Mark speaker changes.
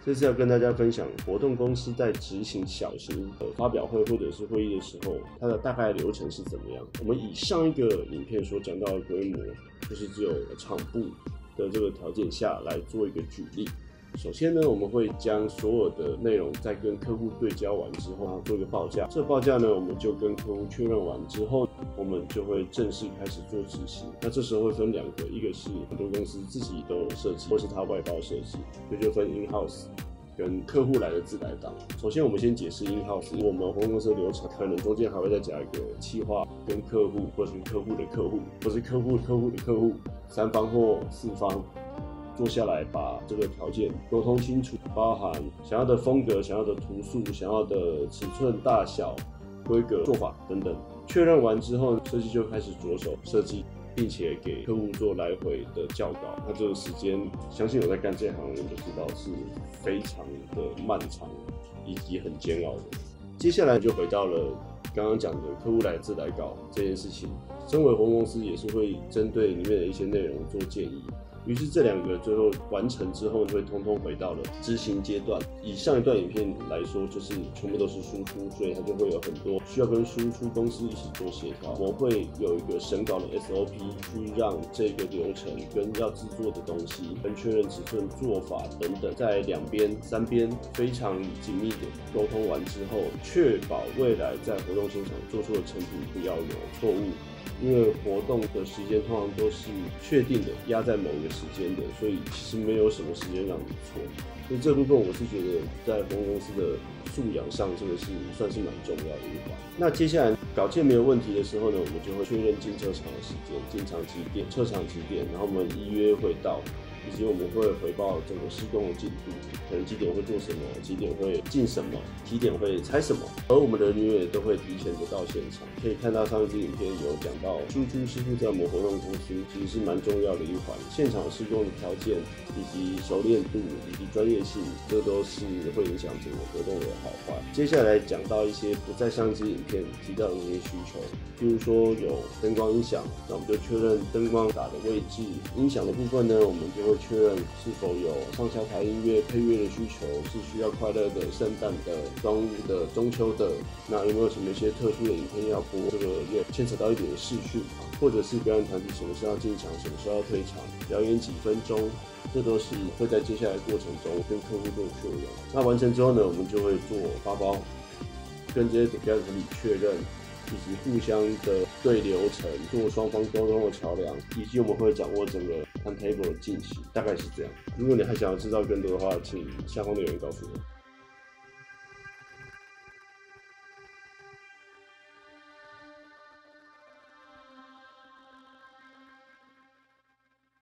Speaker 1: 这次要跟大家分享活动公司在执行小型的发表会或者是会议的时候，它的大概流程是怎么样。我们以上一个影片所讲到的规模，就是只有场部的这个条件下来做一个举例。首先呢，我们会将所有的内容在跟客户对焦完之后，做一个报价。这个报价呢，我们就跟客户确认完之后，我们就会正式开始做执行。那这时候会分两个，一个是很多公司自己都有设计，或是它外包设计，所以就分 in house 跟客户来的自来档。首先我们先解释 in house， 我们活动公司的流程，可能中间还会再加一个企划跟客户，或是客户的客户，或是客户的客户，3方或4方。坐下来把这个条件沟通清楚，包含想要的风格、想要的图数、想要的尺寸大小、规格、做法等等。确认完之后，设计就开始着手设计，并且给客户做来回的校稿。那这个时间，相信有在干这行的人就知道是非常的漫长以及很煎熬的。接下来就回到了刚刚讲的客户来自来稿这件事情。身为活动公司也是会针对里面的一些内容做建议。于是这两个最后完成之后，会通通回到了执行阶段。以上一段影片来说，就是全部都是输出，所以它就会有很多需要跟输出公司一起做协调。我会有一个审稿的 SOP， 去让这个流程跟要制作的东西、跟确认尺寸、做法等等，在2边、3边非常紧密的沟通完之后，确保未来在活动现场做出的成品不要有错误。因为活动的时间通常都是确定的，压在某一个时间的，所以其实没有什么时间让你错。所以这部分我是觉得在活动公司的素养上，这个是算是蛮重要的一环。那接下来稿件没有问题的时候呢，我们就会确认进车场的时间，进场几点，撤场几点，然后我们依约会到。以及我们会回报整个施工的进度，可能几点会做什么，几点会进什么，几点会拆什么，而我们的人员也都会提前的到现场。可以看到上一支影片有讲到，输出师傅在我们活动公司其实是蛮重要的一环，现场施工的条件以及熟练度以及专业性，这都是会影响整个活动的好坏。接下来讲到一些不在上一支影片提到的一些需求，譬如说有灯光音响，那我们就确认灯光打的位置。音响的部分呢，我们就会确认是否有上下台音乐配乐的需求，是需要快乐的、圣诞的、端午的、中秋的，那有没有什么一些特殊的影片要播？这个又牵扯到一点的视讯，或者是表演团体什么时候要进场，什么时候要退场，表演几分钟，这都是会在接下来过程中跟客户做确认。那完成之后呢，我们就会做发包，跟这些表演团体确认。以及互相的对流程做双方沟通的桥梁，以及我们会掌握整个 timetable 的进行，大概是这样。如果你还想要知道更多的话，请下方留言告诉我。